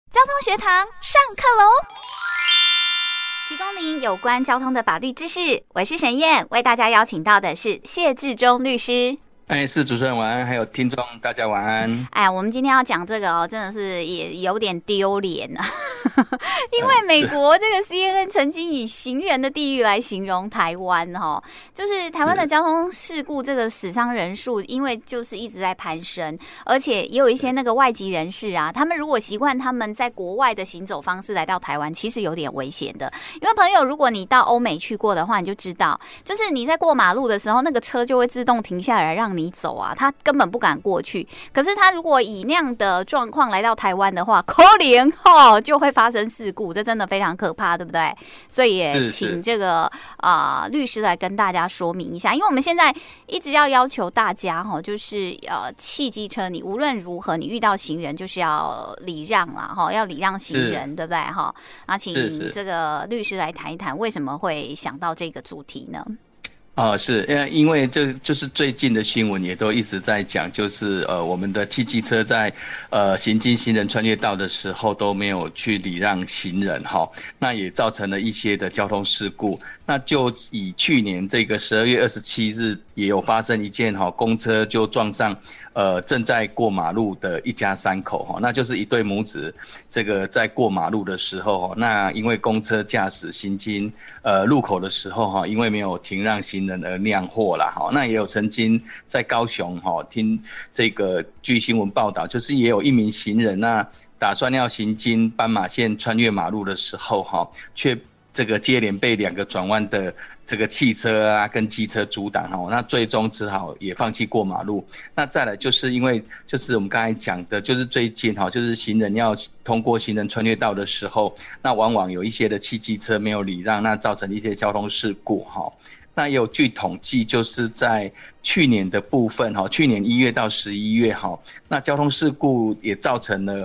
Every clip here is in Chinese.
交通学堂上课喽！提供您有关交通的法律知识，我是沈燕，为大家邀请到的是谢志忠律师。 是主持人晚安，还有听众大家晚安。 我们今天要讲这个真的是也有点丢脸啊，因为美国这个 CNN 曾经以行人的地狱来形容台湾就是台湾的交通事故这个死伤人数，因为就是一直在攀升，而且也有一些那个外籍人士啊，他们如果习惯他们在国外的行走方式来到台湾，其实有点危险的。因为朋友，如果你到欧美去过的话，你就知道，就是你在过马路的时候，那个车就会自动停下来让你走啊，他根本不敢过去。可是他如果以那样的状况来到台湾的话，可能就会发生事故，这真的非常可怕，对不对？所以也请这个律师来跟大家说明一下，因为我们现在一直要求大家就是汽机车你无论如何你遇到行人就是要礼让啦要礼让行人，对不对请这个律师来谈一谈为什么会想到这个主题呢？ 是因为这就是最近的新闻也都一直在讲，就是我们的汽机车在行经行人穿越道的时候都没有去礼让行人那也造成了一些的交通事故。那就以去年这个12月27日也有发生一件公车就撞上正在过马路的一家三口那就是一对母子，这个在过马路的时候那因为公车驾驶行经路口的时候因为没有停让行人而酿祸啦那也有曾经在高雄听这个据新闻报道，就是也有一名行人那打算要行经斑马线穿越马路的时候却这个接连被2个转弯的这个汽车啊跟机车阻挡那最终只好也放弃过马路。那再来就是因为就是我们刚才讲的，就是最近就是行人要通过行人穿越道的时候，那往往有一些的汽机车没有礼让，那造成一些交通事故那也有据统计，就是在去年的部分去年1月到11月那交通事故也造成了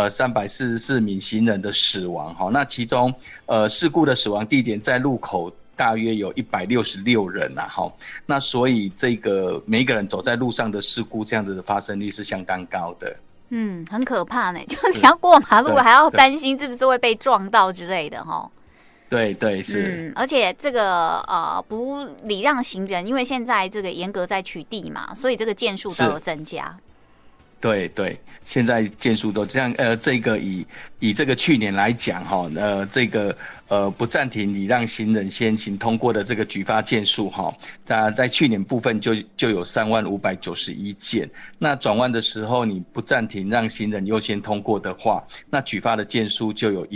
344名行人的死亡那其中事故的死亡地点在路口大约有166人那所以这个每一个人走在路上的事故这样子的发生率是相当高的。 很可怕呢，就你要过马路还要担心是不是会被撞到之类的对是而且这个不礼让行人，因为现在这个严格在取缔嘛，所以这个件数都有增加。 对，现在件数都这样。这个以这个去年来讲这个不暂停礼让行人先行通过的这个举发件数在去年部分就有30591件。那转弯的时候你不暂停让行人优先通过的话，那举发的件数就有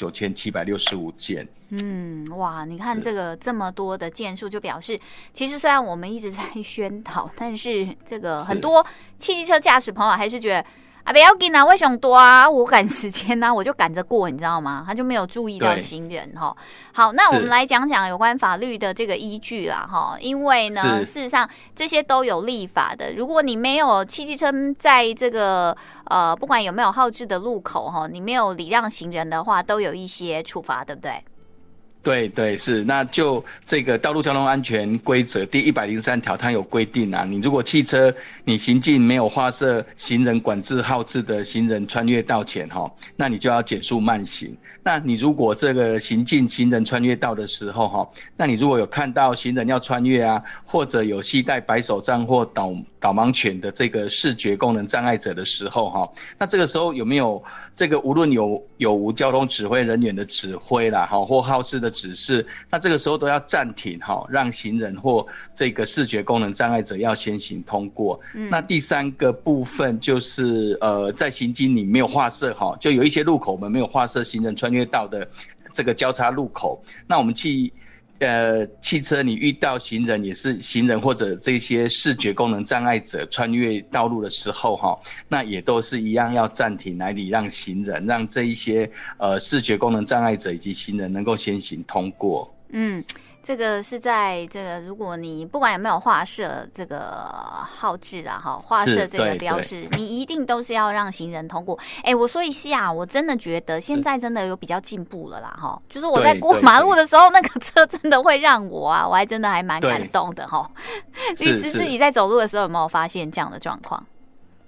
19765件。 哇，你看这个这么多的件数，就表示其实虽然我们一直在宣导，但是这个很多汽机车驾驶朋友还是觉得不要紧啊，我想多啊，我赶时间啊，我就赶着过，你知道吗？他就没有注意到行人好，那我们来讲讲有关法律的这个依据啦因为呢，事实上这些都有立法的。如果你没有汽机车在这个不管有没有号志的路口你没有礼让行人的话，都有一些处罚，对不对？ 对是。那就这个道路交通安全规则第103条它有规定你如果汽车你行进没有画设行人管制号志的行人穿越道前那你就要减速慢行。那你如果这个行进行人穿越道的时候那你如果有看到行人要穿越或者有携带白手杖或导盲犬的这个视觉功能障碍者的时候那这个时候有没有这个无论有无交通指挥人员的指挥啦或号志的指示，那这个时候都要暂停让行人或这个视觉功能障碍者要先行通过。那第3个部分就是在行经你没有画设就有一些路口我们没有画设行人穿越道的这个交叉路口，那我们汽车你遇到行人也是行人或者这些视觉功能障碍者穿越道路的时候那也都是一样要暂停来礼让行人，让这一些视觉功能障碍者以及行人能够先行通过。 这个是在这个，如果你不管有没有画设这个号志画设这个标志，你一定都是要让行人通过。我说一下，我真的觉得现在真的有比较进步了啦就是我在过马路的时候，那个车真的会让我我还真的还蛮感动的律师自己在走路的时候有没有发现这样的状况？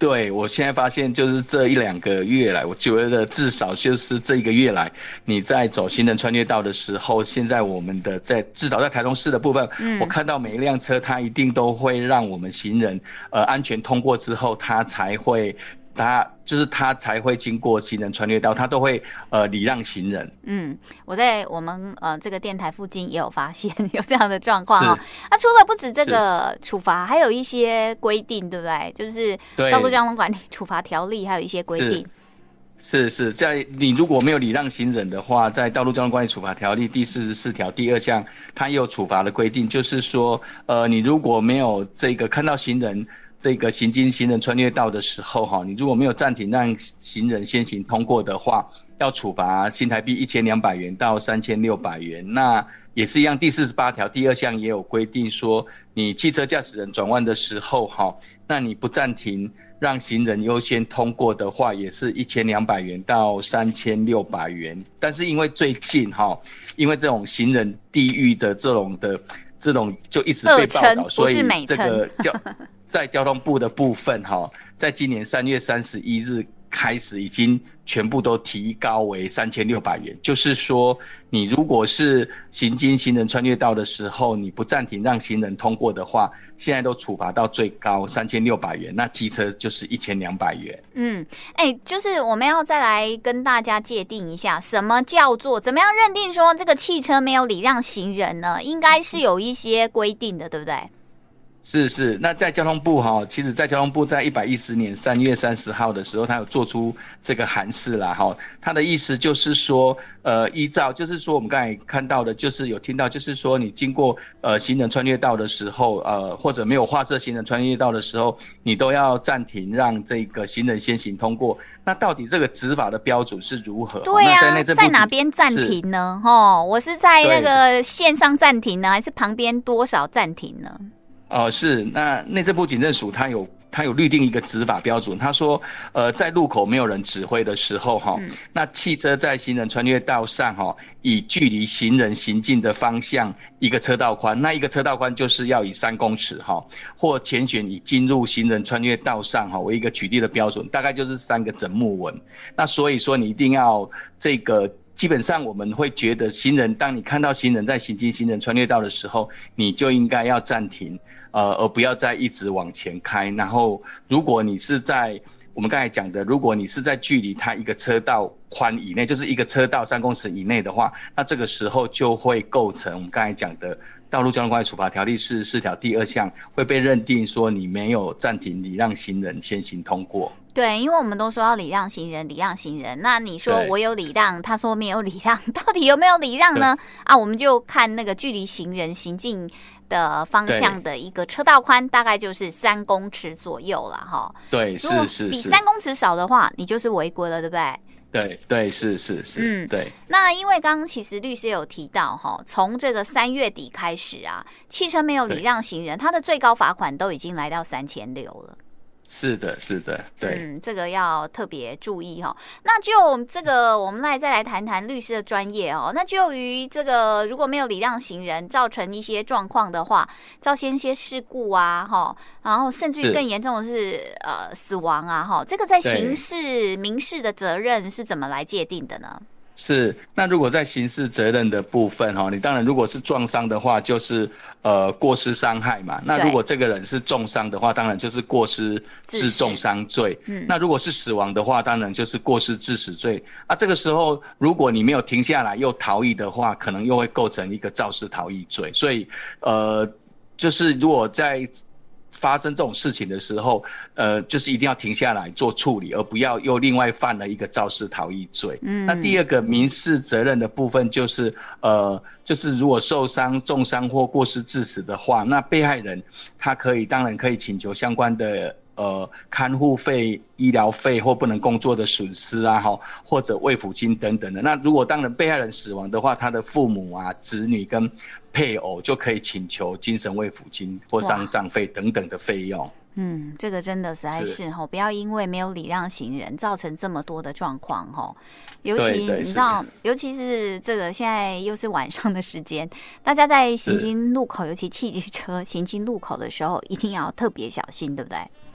对，我现在发现就是这1-2个月来，我觉得至少就是这1个月来，你在走行人穿越道的时候，现在我们的至少在台中市的部分，我看到每一辆车，它一定都会让我们行人安全通过之后，它才会经过行人穿越道，他都会礼让行人。 我在我们这个电台附近也有发现有这样的状况哦。那除了不止这个处罚，还有一些规定，对不对？就是道路交通管理处罚条例还有一些规定。 是，在你如果没有礼让行人的话，在道路交通管理处罚条例第44条第2项，它也有处罚的规定，就是说，你如果没有这个看到行人这个行经行人穿越道的时候，你如果没有暂停让行人先行通过的话，要处罚新台币1200元到3600元。那也是一样，第48条第2项也有规定说，你汽车驾驶人转弯的时候，那你不暂停让行人优先通过的话，也是1200元到3600元。但是因为最近因为这种行人地狱的这种就一直被报道，所以这个在交通部的部分在今年3月31日开始已经全部都提高为3600元，就是说你如果是行经行人穿越道的时候，你不暂停让行人通过的话，现在都处罚到最高3600元，那机车就是1200元。 就是我们要再来跟大家界定一下，什么叫做怎么样认定说这个汽车没有礼让行人呢？应该是有一些规定的，对不对？ 是，那在交通部其实在交通部在110年3月30号的时候，他有做出这个函释啦他的意思就是说，依照就是说我们刚才看到的，就是有听到就是说你经过行人穿越道的时候，或者没有画设行人穿越道的时候，你都要暂停让这个行人先行通过。那到底这个执法的标准是如何？ 对啊，在哪边暂停呢？我是在那个线上暂停呢，还是旁边多少暂停呢？ 是，那内政部警政署它有律定一个执法标准，他说，在路口没有人指挥的时候，那汽车在行人穿越道上，以距离行人行进的方向一个车道宽，那一个车道宽就是要以3公尺，或前选以进入行人穿越道上，为一个取缔的标准，大概就是3个整木纹。那所以说你一定要这个。基本上我们会觉得当你看到行人在行经行人穿越道的时候，你就应该要暂停，而不要再一直往前开。然后如果你是在我们刚才讲的，如果你是在距离它一个车道宽以内，就是一个车道3公尺以内的话，那这个时候就会构成我们刚才讲的道路交通管理处罚条例44条第2项，会被认定说你没有暂停礼让行人先行通过。 对，因为我们都说要礼让行人，礼让行人。那你说我有礼让，他说没有礼让，到底有没有礼让呢？我们就看那个距离行人行进的方向的一个车道宽，大概就是3公尺左右啦。 对，是。 比3公尺少的话，你就是违规了，对不对？ 对，是，对。 那因为刚刚其实律师有提到从这个3月底开始啊，汽车没有礼让行人，它的最高罚款都已经来到3600了。 是的，对， 这个要特别注意那就这个，我们再来谈谈律师的专业那就于这个，如果没有礼让行人，造成一些状况的话，造成一些事故啊然后甚至于更严重的是死亡啊这个在刑事、民事的责任是怎么来界定的呢？ 是，那如果在刑事责任的部分你当然如果是撞伤的话，就是过失伤害嘛。那如果这个人是重伤的话，当然就是过失致重伤罪。那如果是死亡的话，当然就是过失致死罪。这个时候如果你没有停下来又逃逸的话，可能又会构成一个肇事逃逸罪。所以就是如果在发生这种事情的时候，就是一定要停下来做处理，而不要又另外犯了一个肇事逃逸罪。那第二个民事责任的部分就是如果受伤、重伤或过失致死的话，那被害人他当然可以请求相关的看护费、医疗费或不能工作的损失或者慰抚金等等的。那如果当然被害人死亡的话，他的父母子女跟配偶就可以请求精神慰抚金或丧葬费等等的费用。 这个真的实在是不要因为没有礼让行人造成这么多的状况尤其你知道，尤其是这个现在又是晚上的时间，大家在行经路口，尤其汽机车行经路口的时候，一定要特别小心，对不对？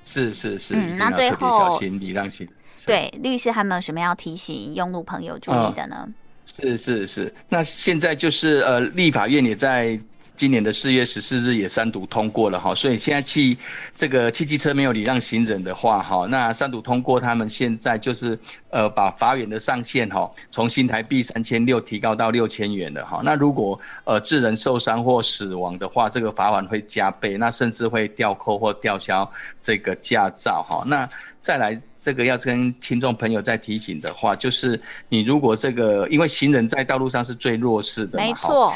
是， 那最后特别小心礼让行人。 对，律师还有没有什么要提醒用路朋友注意的呢？ 是，那现在就是立法院也在今年的4月14日也3读通过了哈，所以现在汽机车没有礼让行人的话哈，那3读通过，他们现在就是把罚锾的上限哈从新台币3600提高到6000元了哈。那如果致人受伤或死亡的话，这个罚款会加倍，那甚至会吊扣或吊销这个驾照哈。那再来，这个要跟听众朋友再提醒的话，就是你如果因为行人在道路上是最弱势的嘛， 没错，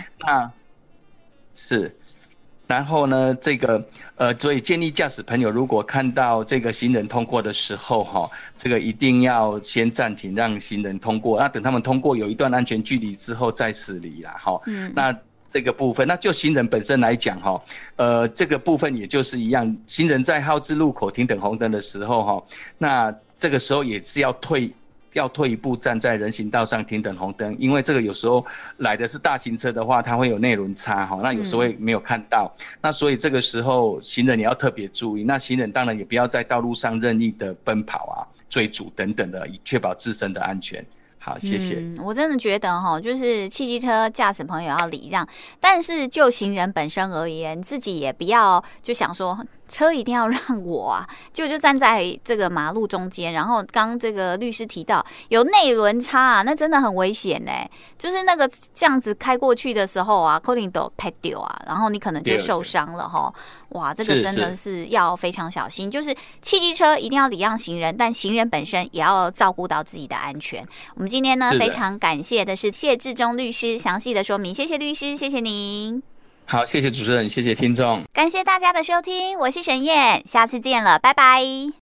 然后呢，所以建议驾驶朋友如果看到这个行人通过的时候，这个一定要先暂停让行人通过，那等他们通过有一段安全距离之后再驶离啦，那这个部分，那就行人本身来讲，这个部分也就是一样，行人在号志路口停等红灯的时候，那这个时候也是要退一步站在人行道上停等红灯，因为这个有时候来的是大型车的话，它会有内轮差，那有时候会没有看到，那所以这个时候行人也要特别注意，那行人当然也不要在道路上任意的奔跑啊、追逐等等的，以确保自身的安全。好，谢谢。 我真的觉得就是汽机车驾驶朋友要礼让，但是就行人本身而言，自己也不要就想说车一定要让我啊，就站在这个马路中间，然后刚这个律师提到有内轮差啊，那真的很危险欸，就是那个这样子开过去的时候啊，可能都拍掉啊，然后你可能就受伤了齁。哇，这个真的是要非常小心，就是汽机车一定要礼让行人，但行人本身也要照顾到自己的安全。我们今天呢非常感谢的是谢志忠律师详细的说明，谢谢律师，谢谢您。 好，谢谢主持人，谢谢听众， 感谢大家的收听，我是沈燕，下次见了，拜拜。